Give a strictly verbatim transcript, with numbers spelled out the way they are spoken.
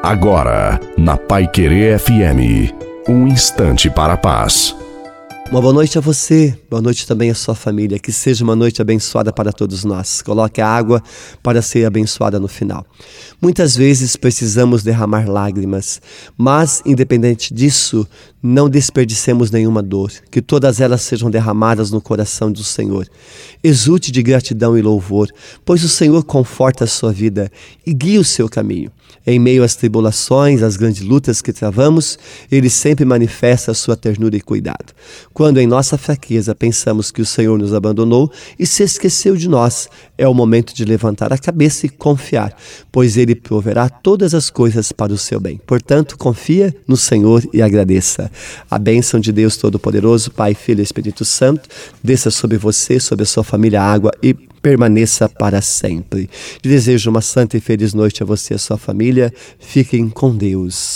Agora, na Paiquerê F M, um instante para a paz. Uma boa noite a você, boa noite também à sua família, que seja uma noite abençoada para todos nós. Coloque a água para ser abençoada no final. Muitas vezes precisamos derramar lágrimas, mas independente disso, não desperdicemos nenhuma dor, que todas elas sejam derramadas no coração do Senhor. Exulte de gratidão e louvor, pois o Senhor conforta a sua vida e guia o seu caminho. Em meio às tribulações, às grandes lutas que travamos, Ele sempre manifesta a sua ternura e cuidado. Quando em nossa fraqueza pensamos que o Senhor nos abandonou e se esqueceu de nós, é o momento de levantar a cabeça e confiar, pois Ele proverá todas as coisas para o seu bem. Portanto, confia no Senhor e agradeça. A bênção de Deus Todo-Poderoso, Pai, Filho e Espírito Santo, desça sobre você, sobre a sua família, a água e permaneça para sempre. Desejo uma santa e feliz noite a você e a sua família. Fiquem com Deus.